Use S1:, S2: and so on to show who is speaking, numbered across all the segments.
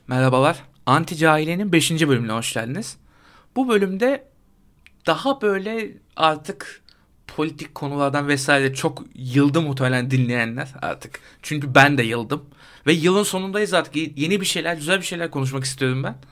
S1: Merhabalar. Anti Cahile'nin 5. bölümüne hoş geldiniz. Bu bölümde daha böyle artık politik konulardan vesaire çok yıldı muhtemelen dinleyenler artık. Çünkü ben de yıldım. Ve yılın sonundayız artık. Yeni bir şeyler, güzel bir şeyler konuşmak istiyorum ben.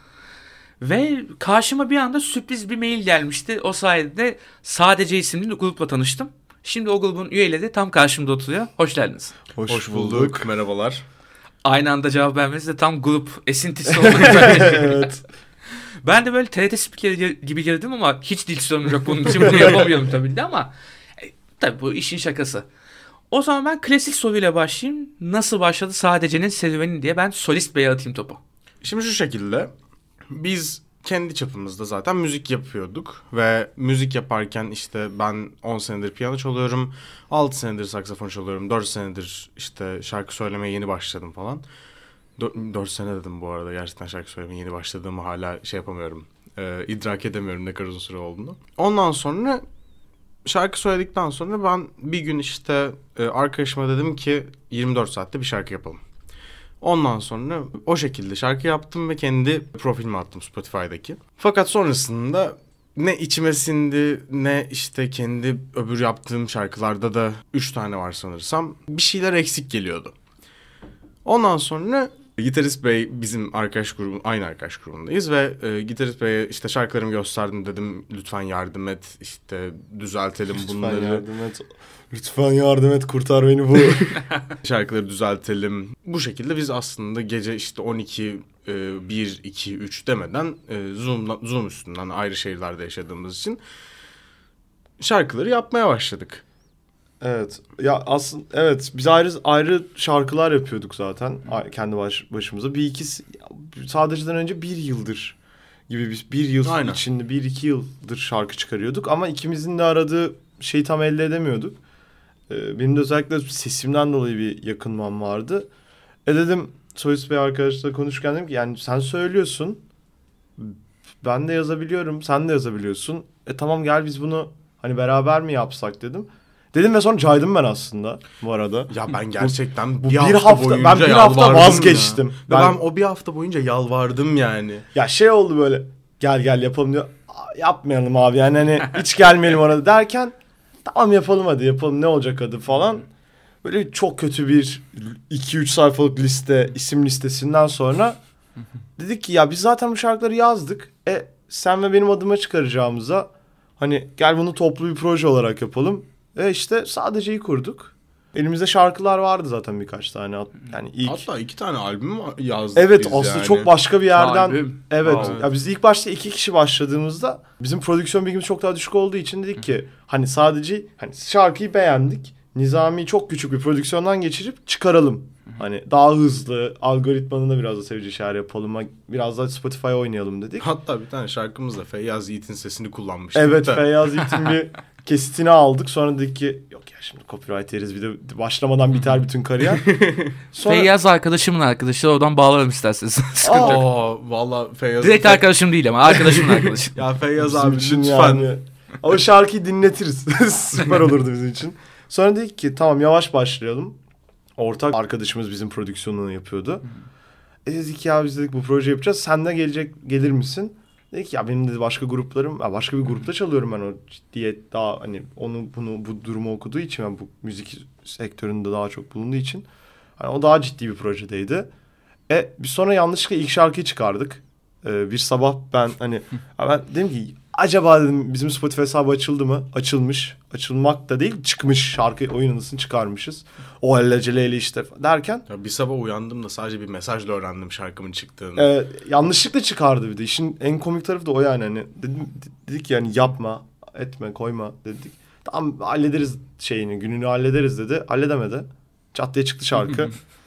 S1: Ve karşıma bir anda sürpriz bir mail gelmişti. O sayede Sadece isimli bir grupla tanıştım. Şimdi o grubun üyeleri tam karşımda oturuyor. Hoş geldiniz.
S2: Hoş bulduk. Merhabalar.
S1: Aynı anda cevap vermeniz de tam grup esintisi oldu.
S2: Evet.
S1: Ben de böyle TRT spikeri gibi girdim ama hiç dil sorunum yok bunun için. Bunu yapamıyorum tabii de ama tabii bu işin şakası. O zaman ben klasik soruyla başlayayım. Nasıl başladı Sadece'nin serüveni diye ben Solist Bey'e atayım topu.
S2: Şimdi şu şekilde. Biz kendi çapımızda zaten müzik yapıyorduk. Ve müzik yaparken işte ben 10 senedir piyano çalıyorum. 6 senedir saksafon çalıyorum. 4 senedir işte şarkı söylemeye yeni başladım falan. 4 sene dedim bu arada. Gerçekten şarkı söylemeye yeni başladığımı hala şey yapamıyorum. İdrak edemiyorum ne kadar uzun süre olduğunu. Ondan sonra şarkı söyledikten sonra ben bir gün işte arkadaşıma dedim ki 24 saatte bir şarkı yapalım. Ondan sonra o şekilde şarkı yaptım ve kendi profilime attım Spotify'daki. Fakat sonrasında ne içime sindi ne işte kendi öbür yaptığım şarkılarda da 3 tane var sanırsam. Bir şeyler eksik geliyordu. Ondan sonra Gitarist Bey bizim aynı arkadaş grubundayız ve Gitarist Bey'e işte şarkılarımı gösterdim, dedim lütfen yardım et, işte düzeltelim bunları.
S3: Lütfen yardım et, kurtar beni bu.
S2: Şarkıları düzeltelim. Bu şekilde biz aslında gece işte 12, 1, 2, 3 demeden Zoom üstünden ayrı şehirlerde yaşadığımız için şarkıları yapmaya başladık.
S3: Evet. Ya aslında evet, biz ayrı şarkılar yapıyorduk zaten kendi başımıza. Sadece'den önce bir yıldır gibi biz bir yıl
S2: Aynen.
S3: içinde 1-2 yıldır şarkı çıkarıyorduk ama ikimizin de aradığı şeyi tam elde edemiyorduk. Benim de özellikle sesimden dolayı bir yakınmam vardı. Dedim Solist Bey arkadaşla konuşurken dedim ki yani sen söylüyorsun, ben de yazabiliyorum, sen de yazabiliyorsun. Tamam gel biz bunu hani beraber mi yapsak dedim. Dedim ve sonra caydım ben aslında bu arada.
S2: Ya ben gerçekten
S3: bir hafta vazgeçtim.
S2: Ya. Ben o bir hafta boyunca yalvardım yani.
S3: Ya şey oldu böyle, gel yapalım diyor. Yapmayalım abi yani hani hiç gelmeyelim orada derken tamam yapalım hadi yapalım ne olacak adı falan. Böyle çok kötü bir 2-3 sayfalık isim listesinden sonra dedik ki ya biz zaten bu şarkıları yazdık. Sen ve benim adıma çıkaracağımıza hani gel bunu toplu bir proje olarak yapalım. İşte Sadece'yi kurduk. Elimizde şarkılar vardı zaten birkaç tane. Yani
S2: hatta 2 tane albüm yazdık
S3: evet,
S2: biz
S3: aslında
S2: yani.
S3: Çok başka bir yerden.
S1: Albüm.
S3: Evet.
S2: Wow.
S3: Ya biz ilk başta 2 kişi başladığımızda bizim prodüksiyon bilgimiz çok daha düşük olduğu için dedik ki hani sadece hani şarkıyı beğendik. Nizami'yi çok küçük bir prodüksiyondan geçirip çıkaralım. Hani daha hızlı, algoritmanın da biraz da seveceği şeyler yapalım. Biraz da Spotify'a oynayalım dedik.
S2: Hatta bir tane şarkımızda Feyyaz Yiğit'in sesini kullanmıştık.
S3: Evet, Feyyaz Yiğit'in bir kesitini aldık. Sonra dedik ki yok ya şimdi copyright yeriz, bir de başlamadan biter bütün kariyer. Sonra...
S1: Feyyaz arkadaşımın arkadaşı, oradan bağlarım isterseniz.
S2: Valla Feyyaz...
S1: Direkt arkadaşım değil ama arkadaşımın arkadaşı.
S2: Ya Feyyaz
S3: bizim
S2: abi
S3: için
S2: lütfen.
S3: Yani. O şarkıyı dinletiriz. Süper olurdu bizim için. Sonra dedik ki tamam yavaş başlayalım. Ortak arkadaşımız bizim prodüksiyonunu yapıyordu. Dedik ya biz dedik bu proje yapacağız. Sen de gelir misin? Dedik ya benim de başka bir grupta çalıyorum ben, o ciddiyet daha hani bu durumu okuduğu için, ben bu müzik sektöründe daha çok bulunduğu için hani o daha ciddi bir projedeydi. Biz sonra yanlışlıkla ilk şarkıyı çıkardık. Bir sabah ben dedim ki acaba dedim bizim Spotify hesabı açıldı mı? Açılmış. Açılmak da değil, çıkmış, şarkı oyun anısını çıkarmışız. O aceleyle işte derken.
S2: Ya bir sabah uyandım da sadece bir mesajla öğrendim şarkımın çıktığını.
S3: Yanlışlıkla çıkardı bir de. İşin en komik tarafı da o yani. Hani dedik yani yapma, etme, koyma dedik. Tamam hallederiz gününü hallederiz dedi. Halledemedi. Çat diye çıktı şarkı.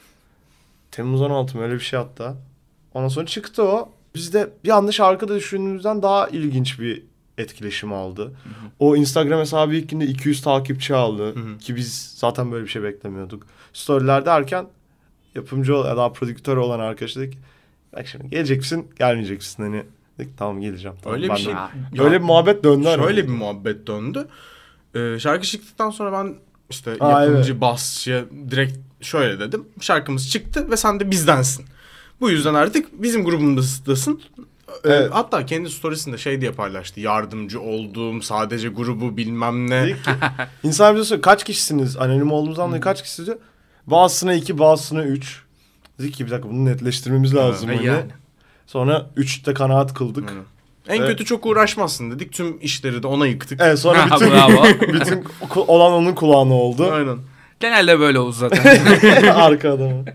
S3: Temmuz 16 mı öyle bir şey hatta. Ondan sonra çıktı o. Biz de bir anda şarkıda düşündüğümüzden daha ilginç bir etkileşim aldı. O Instagram hesabı ilk günde 200 takipçi aldı. Ki biz zaten böyle bir şey beklemiyorduk. Storyler derken yapımcı daha prodüktör olan arkadaş dedik. Bak şimdi gelecek misin, gelmeyecek misin? Hani dedik tamam geleceğim. Tamam,
S2: öyle bir şey.
S3: Öyle bir muhabbet döndü.
S2: Şöyle bir muhabbet döndü. Şarkı çıktıktan sonra ben işte yapımcı, basçıya direkt şöyle dedim. Şarkımız çıktı ve sen de bizdensin. Bu yüzden artık bizim grubumdasın.
S3: Evet.
S2: Hatta kendi storiesinde şey diye paylaştı. Yardımcı olduğum sadece grubu bilmem ne.
S3: Dedik ki, İnsan bize soruyor kaç kişisiniz? Anonim olduğumuzdan dolayı kaç kişisiniz diyor. Bazısına 2, bazısına 3. Dedik ki bir dakika bunu netleştirmemiz lazım. Hani.
S1: Yani.
S3: Sonra 3'te kanaat kıldık.
S2: En kötü çok uğraşmazsın dedik. Tüm işleri de ona yıktık.
S3: Evet sonra
S1: Bravo.
S3: bütün olan onun kulağına oldu.
S2: Aynen.
S1: Genelde böyle olur zaten.
S3: Arka adamı.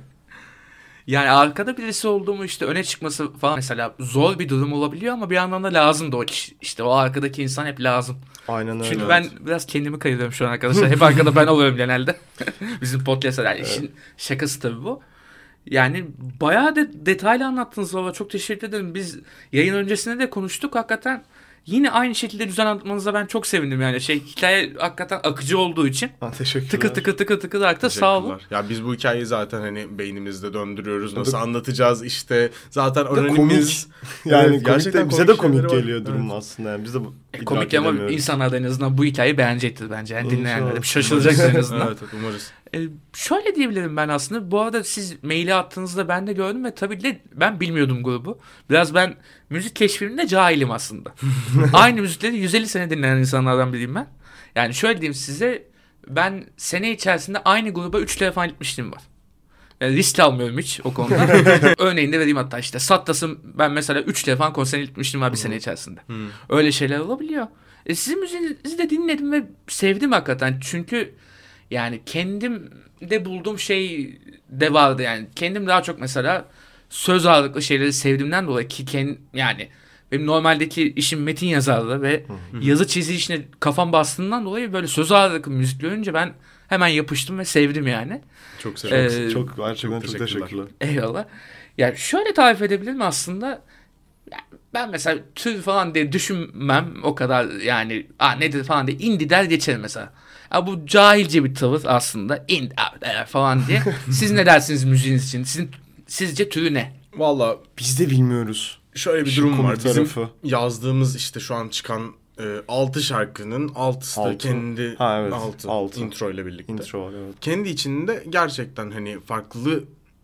S1: Yani arkada birisi olduğumu işte öne çıkması falan mesela zor bir durum olabiliyor ama bir yandan da lazım da o kişi. İşte o arkadaki insan hep lazım.
S3: Aynen öyle.
S1: Çünkü ben biraz kendimi kayırıyorum şu an arkadaşlar. Hep arkada ben oluyorum genelde. Bizim podcast'ta yani işin şakası tabii bu. Yani bayağı detaylı anlattınız valla. Çok teşekkür ederim. Biz yayın öncesinde de konuştuk. Hakikaten yine aynı şekilde düzen anlatmanıza ben çok sevindim yani. Hikaye hakikaten akıcı olduğu için.
S3: Teşekkürler.
S1: Tıkır tıkır akta sağ olun.
S2: Ya biz bu hikayeyi zaten hani beynimizde döndürüyoruz. Nasıl anlatacağız işte. Zaten
S3: komik.
S2: anonimiz.
S3: Yani
S2: Evet,
S3: gerçekten bize de
S2: şeyleri
S3: komik
S2: var.
S3: geliyor durum aslında. Yani biz de
S1: Komik ama insanlar da en azından bu hikayeyi beğenecektir bence. Yani dinleyenler de
S3: İnşallah.
S1: şaşıracaktır en azından.
S2: Evet umarız.
S1: Şöyle diyebilirim ben aslında. Bu arada siz maili attığınızda ben de gördüm ve tabii de ben bilmiyordum grubu. Biraz ben müzik keşfimde cahilim aslında. Aynı müzikleri 150 sene dinleyen insanlardan biriyim ben. Yani şöyle diyeyim size, ben sene içerisinde aynı gruba 3 defa gitmiştim var. Yani risk almıyorum hiç o konuda. Örneğini de vereyim hatta işte. Sattas'ın ben mesela 3 defa konserine gitmiştim var bir sene içerisinde. Öyle şeyler olabiliyor. Sizin müziğinizi de dinledim ve sevdim hakikaten. Çünkü yani kendimde bulduğum şey de vardı yani. Kendim daha çok mesela söz ağırlıklı şeyleri sevdiğimden dolayı ki yani benim normaldeki işim metin yazarlığı ve yazı çizi işine kafam bastığından dolayı böyle söz ağırlıklı müzik görünce ben hemen yapıştım ve sevdim yani.
S2: Çok sevindim.
S3: Çok gerçekten çok teşekkürler.
S1: Eyvallah. Yani şöyle tarif edebilirim aslında. Yani ben mesela tür falan diye düşünmem o kadar yani nedir falan diye indie der geçerim mesela. Ya bu cahilce bir tavır aslında indie falan diye. Siz ne dersiniz müziğiniz için? Sizce türü ne?
S2: Valla
S3: Biz de bilmiyoruz.
S2: şöyle bir
S3: İşin
S2: durum var.
S3: komik
S2: Bizim
S3: tarafı.
S2: yazdığımız işte şu an çıkan 6 şarkının 6'sı da
S3: Altı.
S2: kendi
S3: Evet, altı.
S2: intro ile birlikte.
S3: Intro var evet.
S2: Kendi içinde gerçekten hani farklı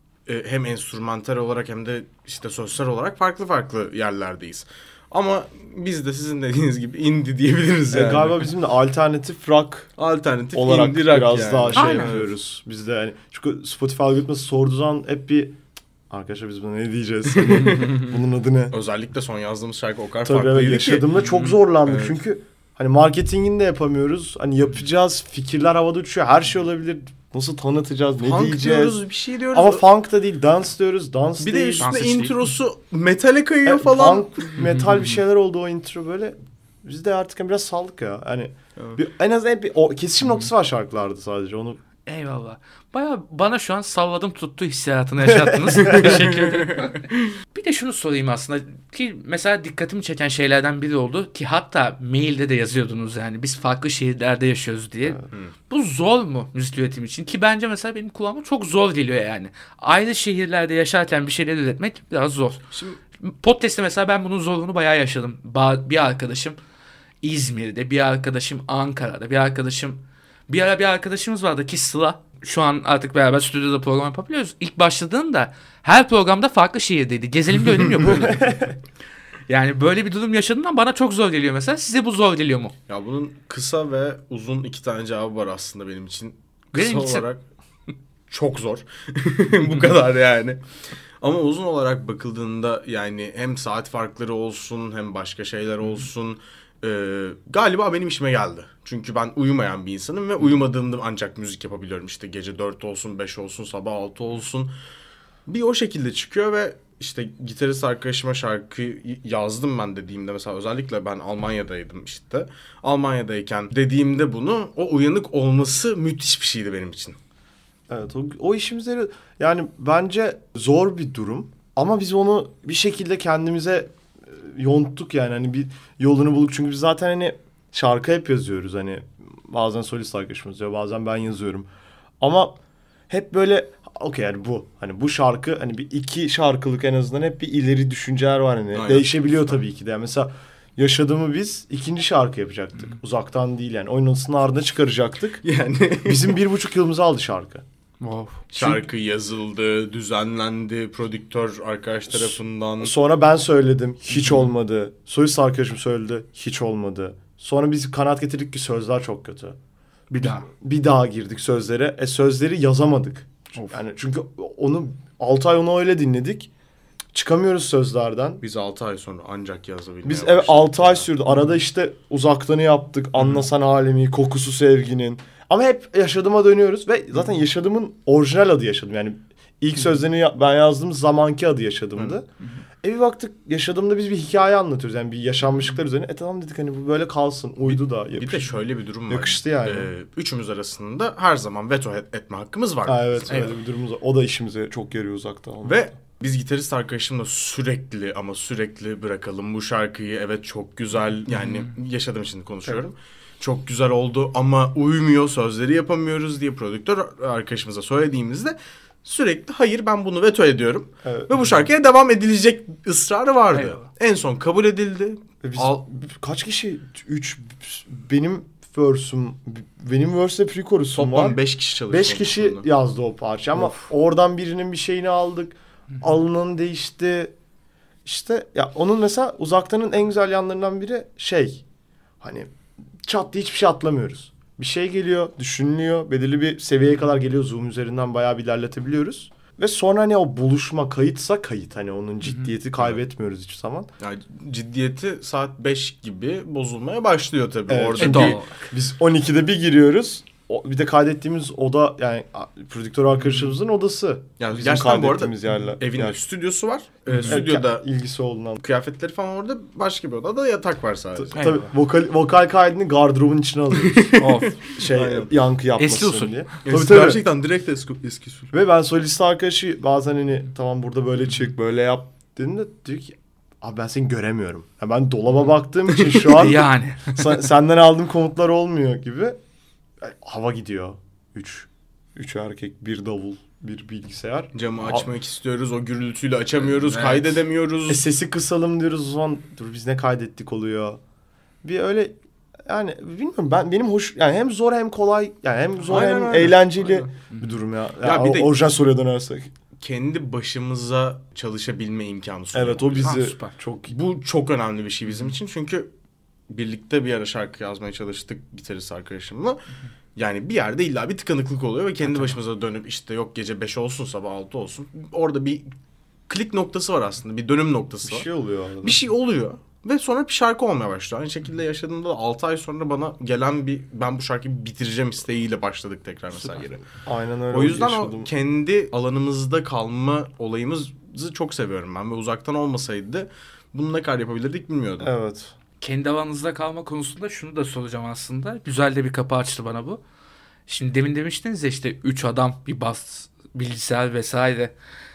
S2: hem enstrümantal olarak hem de işte sözler olarak farklı yerlerdeyiz. Ama biz de sizin dediğiniz gibi indie diyebiliriz yani.
S3: Galiba bizim de alternatif rock
S2: Alternatif
S3: olarak
S2: indie rock
S3: biraz
S2: yani.
S3: daha şey
S1: Aynen.
S3: yapıyoruz. Biz de yani çünkü Spotify algoritması sorduğu zaman hep bir arkadaşlar biz buna ne diyeceğiz? Hani bunun adı ne?
S2: Özellikle son yazdığımız şarkı o kadar
S3: Tabii
S2: farklıydı
S3: evet,
S2: ki.
S3: yaşadığımda çok zorlandım
S2: Evet.
S3: çünkü hani marketingini de yapamıyoruz. Hani yapacağız, fikirler havada uçuyor, her şey olabilir. Nasıl tanıtacağız, ne
S2: Funk
S3: diyeceğiz?
S2: diyoruz, bir şey diyoruz.
S3: Ama funk da değil, dans diyoruz, dans
S2: bir de
S3: değil.
S2: üstüne
S1: Dans değil.
S2: introsu metale kayıyor
S3: Evet,
S2: falan.
S3: Funk, metal bir şeyler oldu o intro böyle. Biz de artık biraz saldık ya. Hani
S2: Evet.
S3: en azından bir o kesişim noktası var şarkılarda sadece. Onu
S1: Eyvallah. Baya bana şu an salladım tuttu hissiyatını yaşattınız. Teşekkür ederim. Bir de şunu sorayım aslında ki mesela dikkatimi çeken şeylerden biri oldu ki hatta mailde de yazıyordunuz yani biz farklı şehirlerde yaşıyoruz diye. Bu zor mu müzik üretimi için? Ki bence mesela benim kulağıma çok zor geliyor yani. Ayrı şehirlerde yaşarken bir şeyler üretmek biraz zor.
S2: Şimdi
S1: Podcast'te mesela ben bunun zorluğunu bayağı yaşadım. Bir arkadaşım İzmir'de, bir arkadaşım Ankara'da, bir ara bir arkadaşımız vardı ki Sıla. Şu an artık beraber stüdyoda program yapabiliyoruz. İlk başladığında her programda farklı şehirdeydi. Gezelim görelim yapıyordu. Yani böyle bir durum yaşadığından bana çok zor geliyor mesela. Size bu zor geliyor mu?
S2: ya bunun kısa ve uzun 2 tane cevabı var aslında benim için. Kısa
S1: Benim için-
S2: olarak çok zor. Bu kadar yani. Ama uzun olarak bakıldığında yani hem saat farkları olsun hem başka şeyler olsun. Galiba benim işime geldi. Çünkü ben uyumayan bir insanım ve uyumadığımda ancak müzik yapabiliyorum. İşte gece 4 olsun, 5 olsun, sabah 6 olsun. Bir o şekilde çıkıyor ve işte gitarist arkadaşıma şarkı yazdım ben dediğimde mesela özellikle ben Almanya'daydım işte. Almanya'dayken dediğimde bunu o uyanık olması müthiş bir şeydi benim için.
S3: evet o işimizde yani bence zor bir durum ama biz onu bir şekilde kendimize yonttuk yani hani bir yolunu bulduk çünkü biz zaten hani şarkı hep yazıyoruz hani bazen solist arkadaşımız diyor bazen ben yazıyorum ama hep böyle okey yani bu hani bu şarkı hani bir 2 şarkılık en azından hep bir ileri düşünceler var hani
S2: Aynen.
S3: değişebiliyor tabii ki de yani mesela yaşadığımı biz 2. şarkı yapacaktık uzaktan değil yani oyun odasının ardına çıkaracaktık
S2: Yani
S3: bizim 1,5 yılımızı aldı şarkı.
S1: Wow.
S2: Şarkı yazıldı, düzenlendi, prodüktör arkadaş tarafından.
S3: Sonra ben söyledim. Hiç olmadı. Solist arkadaşım söyledi. Hiç olmadı. Sonra biz kanaat getirdik ki sözler çok kötü. Bir daha girdik sözlere. Sözleri yazamadık.
S1: Of.
S3: Yani çünkü 6 ay onu öyle dinledik. Çıkamıyoruz sözlerden.
S2: Biz 6 ay sonra ancak yazabilmeye
S3: Biz
S2: başladık.
S3: 6 ay sürdü. Arada işte uzaktanı yaptık. Anlasan alemi, kokusu sevginin. Ama hep yaşadığıma dönüyoruz. Ve zaten yaşadığımın orijinal adı yaşadım. Yani ilk sözlerini ben yazdığım zamanki adı yaşadığımdı. Bir baktık yaşadığımda biz bir hikaye anlatıyoruz. Yani bir yaşanmışlıklar üzerine. Tamam dedik hani bu böyle kalsın. Uydu da yakıştı.
S2: Bir de şöyle bir durum var.
S3: Yakıştı yani.
S2: Üçümüz arasında her zaman veto etme hakkımız var.
S3: Evet öyle bir durumumuz var. O da işimize çok yarıyor uzaktan.
S2: Ve biz gitarist arkadaşımla sürekli bırakalım bu şarkıyı. Evet çok güzel, yani yaşadığım için konuşuyorum. Evet. Çok güzel oldu ama uymuyor, sözleri yapamıyoruz diye prodüktör arkadaşımıza söylediğimizde sürekli hayır ben bunu veto ediyorum. Evet. Ve bu şarkıya devam edilecek ısrarı vardı. Eyvallah. En son kabul edildi.
S3: Biz kaç kişi? 3 benim verse'le pre-chorus'um var.
S2: Toplam 5 kişi çalıştı.
S3: 5 kişi yazdı o parça ama oradan birinin bir şeyini aldık. Alınanı değişti. İşte ya onun mesela uzaktanın en güzel yanlarından biri hani çat diye hiçbir şey atlamıyoruz. Bir şey geliyor, düşünülüyor, belirli bir seviyeye kadar geliyor. Zoom üzerinden bayağı bir ilerletebiliyoruz. Ve sonra hani o buluşma kayıtsa kayıt. Hani onun ciddiyeti kaybetmiyoruz hiçbir zaman.
S2: Yani ciddiyeti saat 5 gibi bozulmaya başlıyor tabii.
S3: Evet,
S2: orada
S3: biz 12'de bir giriyoruz. Bir de kaydettiğimiz oda yani prodüktör arkadaşımızın odası.
S2: Yani gerçekten bu arada
S3: yerler.
S2: Evinde stüdyosu var. Stüdyoda
S3: ilgisi olunan
S2: kıyafetleri falan orada, başka bir odada yatak var sadece.
S3: Tabii vokal kaydını gardırobun içine alıyoruz. Yankı yapmasın diye.
S2: Tabii. Gerçekten direkt eski usul.
S3: Ve ben solist arkadaşı bazen hani tamam burada böyle çık böyle yap dediğimde diyor ki abi ben seni göremiyorum. Yani ben dolaba baktığım için şu an
S1: yani
S3: senden aldığım komutlar olmuyor gibi. Hava gidiyor. 3 erkek, bir davul, bir bilgisayar.
S2: Camı açmak istiyoruz. O gürültüyle açamıyoruz. Evet. Kaydedemiyoruz.
S3: Sesi kısalım diyoruz. O zaman dur biz ne kaydettik oluyor. Bir öyle yani bilmiyorum benim hoş yani hem zor hem kolay yani hem zor hem eğlenceli bir durum ya. Bir de orijinal soruya dönersek.
S2: Kendi başımıza çalışabilme imkanı sunuyor.
S3: Evet o bizi
S2: bu çok önemli bir şey bizim için. Çünkü birlikte bir ara şarkı yazmaya çalıştık gitarist arkadaşımla. Yani bir yerde illa bir tıkanıklık oluyor ve kendi başımıza dönüp işte yok gece 5 olsun sabah 6 olsun. Orada bir klik noktası var aslında. Bir dönüm noktası var.
S3: Bir şey oluyor orada.
S2: Bir şey oluyor. Ve sonra bir şarkı olmaya başlıyor. Aynı şekilde yaşadığımda da 6 ay sonra bana gelen ben bu şarkıyı bitireceğim isteğiyle başladık tekrar mesela geri.
S3: Aynen öyle.
S2: O yüzden o kendi alanımızda kalma olayımızı çok seviyorum ben. Ve uzaktan olmasaydı bunu ne kadar yapabilirdik bilmiyordum.
S3: Evet.
S1: Kendi alanınızda kalma konusunda şunu da soracağım aslında. Güzel de bir kapı açtı bana bu. Şimdi demin demiştiniz ya işte 3 adam bir bas, bilgisayar vesaire.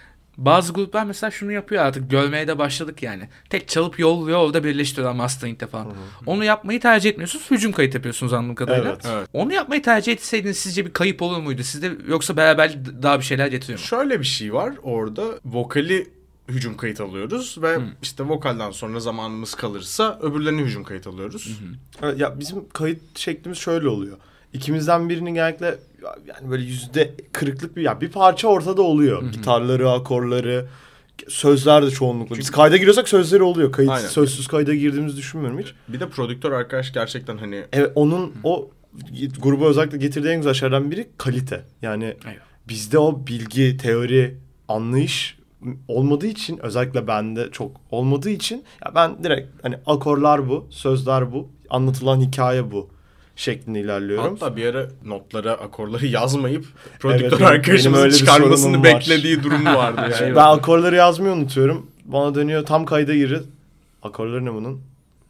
S1: Bazı gruplar mesela şunu yapıyor artık görmeye de başladık yani. Tek çalıp yolluyor orada birleştiriyorlar mastering'te falan. Onu yapmayı tercih etmiyorsunuz. Hücum kayıt yapıyorsunuz anladığım kadarıyla.
S2: Evet.
S1: Onu yapmayı tercih etseydiniz sizce bir kayıp olur muydu? Sizde yoksa beraber daha bir şeyler getiriyor mu?
S2: Şöyle bir şey var orada. Vokali hücum kayıt alıyoruz ve işte vokalden sonra zamanımız kalırsa öbürlerini hücum kayıt alıyoruz.
S3: Evet, ya bizim kayıt şeklimiz şöyle oluyor. İkimizden birinin genellikle yani böyle %40'lık bir parça ortada oluyor. Gitarları, akorları, sözler de çoğunlukla. Biz kayda giriyorsak sözleri oluyor. Sözsüz kayda girdiğimizi düşünmüyorum hiç.
S2: Bir de prodüktör arkadaş gerçekten hani
S3: evet onun o gruba özellikle getirdiği en güzel şeylerden biri kalite. Yani bizde o bilgi, teori, anlayış olmadığı için özellikle bende çok olmadığı için ya ben direkt hani akorlar bu, sözler bu, anlatılan hikaye bu şeklinde ilerliyorum.
S2: Hatta bir ara notlara akorları yazmayıp prodüktör arkadaşımızın çıkarmasını beklediği durum vardı yani.
S3: Ben akorları yazmayı unutuyorum. Bana dönüyor tam kayda girir. Akorları ne bunun?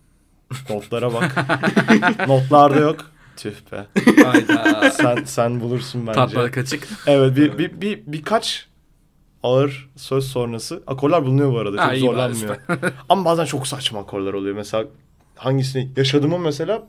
S3: Notlara bak. Notlarda yok. Tüh be. sen bulursun bence.
S1: Tatları kaçık.
S3: Evet birkaç ağır söz sonrası akorlar bulunuyor bu arada. Çok zorlanmıyor. Ama bazen çok saçma akorlar oluyor. Mesela hangisini yaşadığımı mesela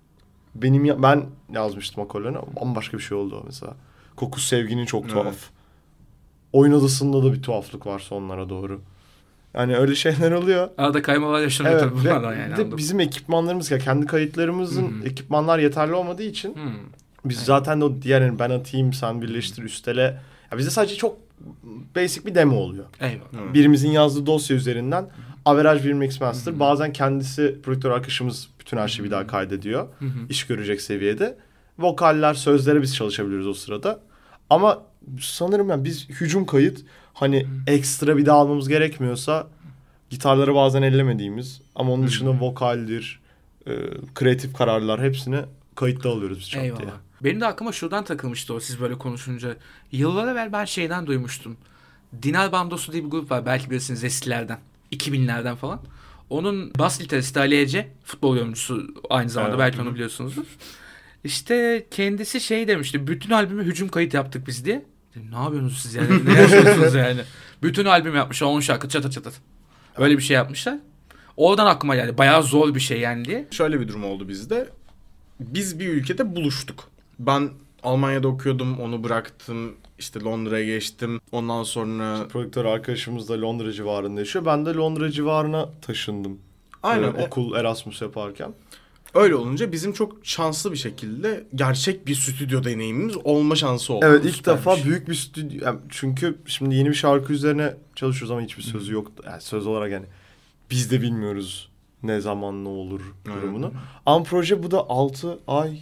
S3: ben yazmıştım akorlarını ama başka bir şey oldu o mesela. Kokusu sevginin çok tuhaf. Evet. Oyun odasında da bir tuhaflık var sonlara doğru. Yani öyle şeyler oluyor.
S1: Arada kaymalar yaşanıyor tabii bunlardan yani.
S3: Bir de bizim ekipmanlarımız kendi kayıtlarımızın ekipmanlar yeterli olmadığı için Biz zaten de o diğer yani ben atayım sen birleştir üstele. Ya bizde sadece çok basic bir demo oluyor.
S1: Eyvallah.
S3: Birimizin yazdığı dosya üzerinden average bir mix master. Bazen kendisi prodüktör arkadaşımız bütün her şeyi bir daha kaydediyor. İş görecek seviyede. Vokaller, sözlere biz çalışabiliyoruz o sırada. Ama sanırım yani biz hücum kayıt hani ekstra bir daha almamız gerekmiyorsa gitarları bazen ellemediğimiz ama onun dışında vokaldir, kreatif kararlar hepsini kayıtta alıyoruz biz çok diye.
S1: Eyvallah. Benim de aklıma şuradan takılmıştı o siz böyle konuşunca. Yıllar evvel ben şeyden duymuştum. Dinal Bandosu diye bir grup var. Belki bilirsiniz eskilerden. 2000'lerden falan. Onun bas gitaristi Ali Ece, futbol yorumcusu aynı zamanda, belki onu biliyorsunuzdur. İşte kendisi şey demişti. Bütün albümü hücum kayıt yaptık biz diye. Dedim, ne yapıyorsunuz siz yani? Ne yaşıyorsunuz yani? Bütün albüm yapmışlar. 10 şarkı çatır çatır. Öyle bir şey yapmışlar. Oradan aklıma geldi. Bayağı zor bir şey yani diye.
S2: Şöyle bir durum oldu bizde. Biz bir ülkede buluştuk. Ben Almanya'da okuyordum, onu bıraktım. İşte Londra'ya geçtim. Ondan sonra...
S3: Prodüktör arkadaşımız da Londra civarında yaşıyor. Ben de Londra civarına taşındım.
S2: Aynen.
S3: Okul Erasmus yaparken.
S2: Öyle olunca bizim çok şanslı bir şekilde gerçek bir stüdyo deneyimimiz olma şansı oldu.
S3: Evet, ilk defa büyük bir stüdyo. Yani çünkü şimdi yeni bir şarkı üzerine çalışıyoruz ama hiçbir sözü yok. Yani söz olarak yani biz de bilmiyoruz ne zaman ne olur durumunu. Ama proje bu da 6 ay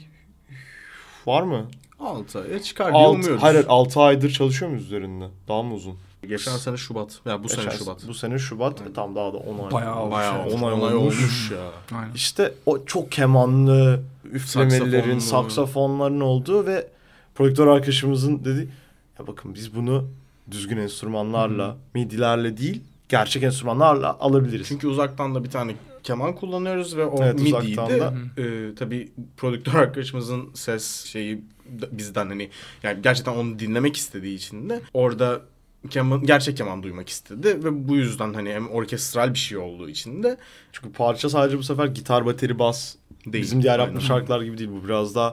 S3: var mı?
S2: 6 aya çıkar diye umuyoruz.
S3: Hayır 6 aydır çalışıyor muyuz üzerinde? Daha mı uzun?
S2: Geçen sene Şubat. Ya bu sene Şubat.
S3: Bu sene Şubat. Tam daha da 10 ay.
S1: Bayağı
S3: 10 ay olmuş
S2: ya.
S1: Aynen.
S3: İşte o çok kemanlı, üflemelilerin,
S2: Saksafonlu.
S3: saksafonların olduğu ve prodüktör arkadaşımızın dedi ya bakın biz bunu düzgün enstrümanlarla, midilerle değil, gerçek enstrümanlarla alabiliriz.
S2: Çünkü uzaktan da bir tane keman kullanıyoruz ve o
S3: Evet,
S2: midiyi de
S3: uzaktan
S2: tabii prodüktör arkadaşımızın ses şeyi bizden hani yani gerçekten onu dinlemek istediği için de orada gerçek keman duymak istedi ve bu yüzden hani hem orkestral bir şey olduğu için de
S3: Çünkü parça sadece bu sefer gitar, bateri, bas
S2: değil.
S3: bizim diğer yaptığımız
S2: Aynen.
S3: şarkılar gibi değil. Bu biraz da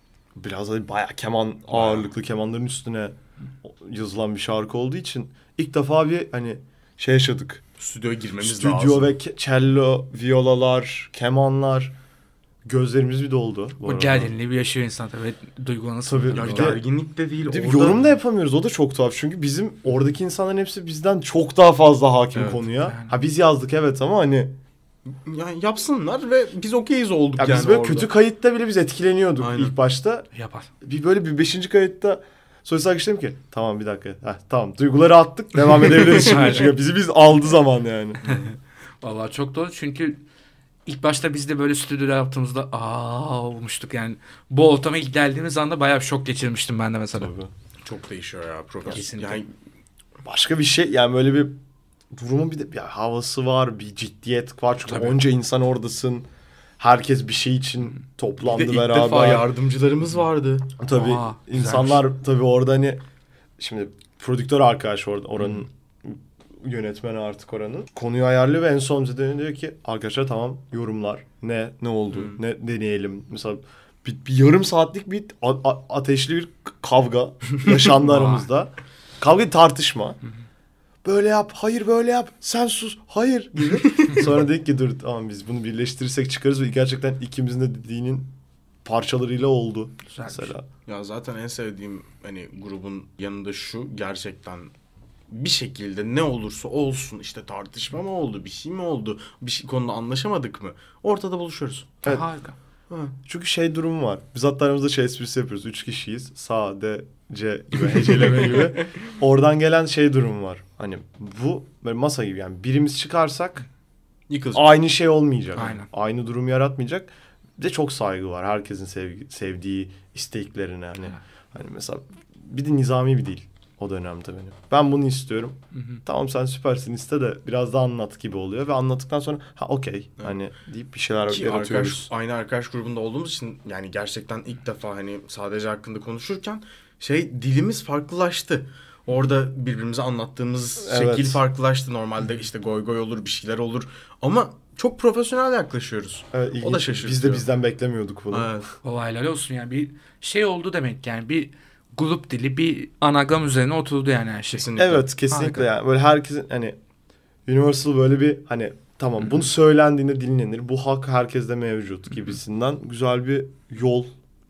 S3: bayağı keman ağırlıklı, kemanların üstüne yazılan bir şarkı olduğu için ilk defa bir hani şey yaşadık.
S2: Stüdyoya girmemiz lazım.
S3: Stüdyo ve cello, viyolalar, kemanlar, gözlerimiz bir doldu.
S1: O gerginliği bir yaşıyor insan tabii. Duygulanır.
S3: Tabii.
S2: Ya
S3: Bir de-
S2: gerginlik de değil.
S3: Bir
S2: Orada...
S3: yorum da yapamıyoruz. O da çok tuhaf. Çünkü bizim oradaki insanların hepsi bizden çok daha fazla hakim
S2: Evet,
S3: konuya.
S1: yani.
S3: Ha biz yazdık evet ama hani
S2: Yani yapsınlar ve biz okeyiz olduk
S3: ya
S2: yani
S3: biz böyle
S2: orada.
S3: kötü kayıtta bile biz etkileniyorduk
S2: Aynen.
S3: ilk başta.
S1: Yapar.
S3: Bir böyle bir 5. kayıtta solist arkadaş dedim ki tamam bir dakika. Tamam duyguları attık devam edebiliriz şimdi. Çünkü biz aldı zaman yani.
S1: Vallahi çok doğru çünkü ilk başta biz de böyle stüdyoda yaptığımızda olmuştuk yani. Bu ortama ilk geldiğimiz anda bayağı bir şok geçirmiştim ben de mesela.
S3: Tabii.
S2: Çok değişiyor ya profesör.
S1: Kesinlikle.
S2: Yani
S3: Başka bir şey yani böyle bir durumun bir de havası var, bir ciddiyet var. Çünkü
S1: Tabii.
S3: onca insan oradasın. Herkes bir şey için
S2: bir
S3: toplandı
S2: de ilk
S3: beraber.
S2: defa yardımcılarımız vardı.
S3: Tabii
S1: Aa,
S3: insanlar tabii orada hani şimdi prodüktör arkadaş orada oranın yönetmeni artık oranın. Konuyu ayarlıyor ve en son bize diyor ki arkadaşlar tamam yorumlar ne oldu ne deneyelim. Mesela bir yarım saatlik bir ateşli bir kavga yaşandı aramızda. Kavga tartışma. Böyle yap, hayır böyle yap, sen sus, hayır gibi. Sonra dedik ki dur tamam biz bunu birleştirirsek çıkarız ve gerçekten ikimizin de dediğinin parçalarıyla oldu.
S1: Güzelmiş.
S3: Mesela.
S2: Ya zaten en sevdiğim hani grubun yanında şu gerçekten bir şekilde ne olursa olsun işte tartışma mı oldu, bir şey mi oldu, bir şey konuda anlaşamadık mı? Ortada buluşuyoruz.
S3: Evet.
S1: Harika.
S3: Çünkü şey durum var. Biz hatta aramızda şey esprisi yapıyoruz. 3 kişiyiz. Sağ, D, C gibi heceleme gibi. Oradan gelen şey durum var. Hani bu böyle masa gibi yani birimiz çıkarsak
S2: Yıkılacak.
S3: aynı şey olmayacak.
S1: Aynen.
S3: Aynı durum yaratmayacak. Bir de çok saygı var. Herkesin sevdiği isteklerine hani mesela bir de nizami bir dil. O da önemli tabii. Ben bunu istiyorum. Tamam sen süpersin iste de biraz daha anlat gibi oluyor ve anlattıktan sonra okey hani deyip bir şeyler
S2: Ki
S3: yaratıyoruz.
S2: aynı arkadaş grubunda olduğumuz için yani gerçekten ilk defa hani sadece hakkında konuşurken dilimiz farklılaştı. Orada birbirimize anlattığımız
S3: Evet.
S2: şekil farklılaştı. Normalde işte goy goy olur, bir şeyler olur ama çok profesyonel yaklaşıyoruz.
S3: Evet,
S2: O da
S3: ilginç.
S2: şaşırtıyor.
S3: Biz de bizden beklemiyorduk bunu.
S2: Evet.
S1: Vallahi helal olsun yani bir şey oldu demek yani bir grup dili bir anagram üzerine oturdu yani her şey.
S2: Kesinlikle.
S3: Evet kesinlikle
S1: Harika.
S3: yani böyle herkesin hani Universal böyle bir hani tamam bunu söylendiğinde dinlenir bu hak herkeste mevcut gibisinden güzel bir yol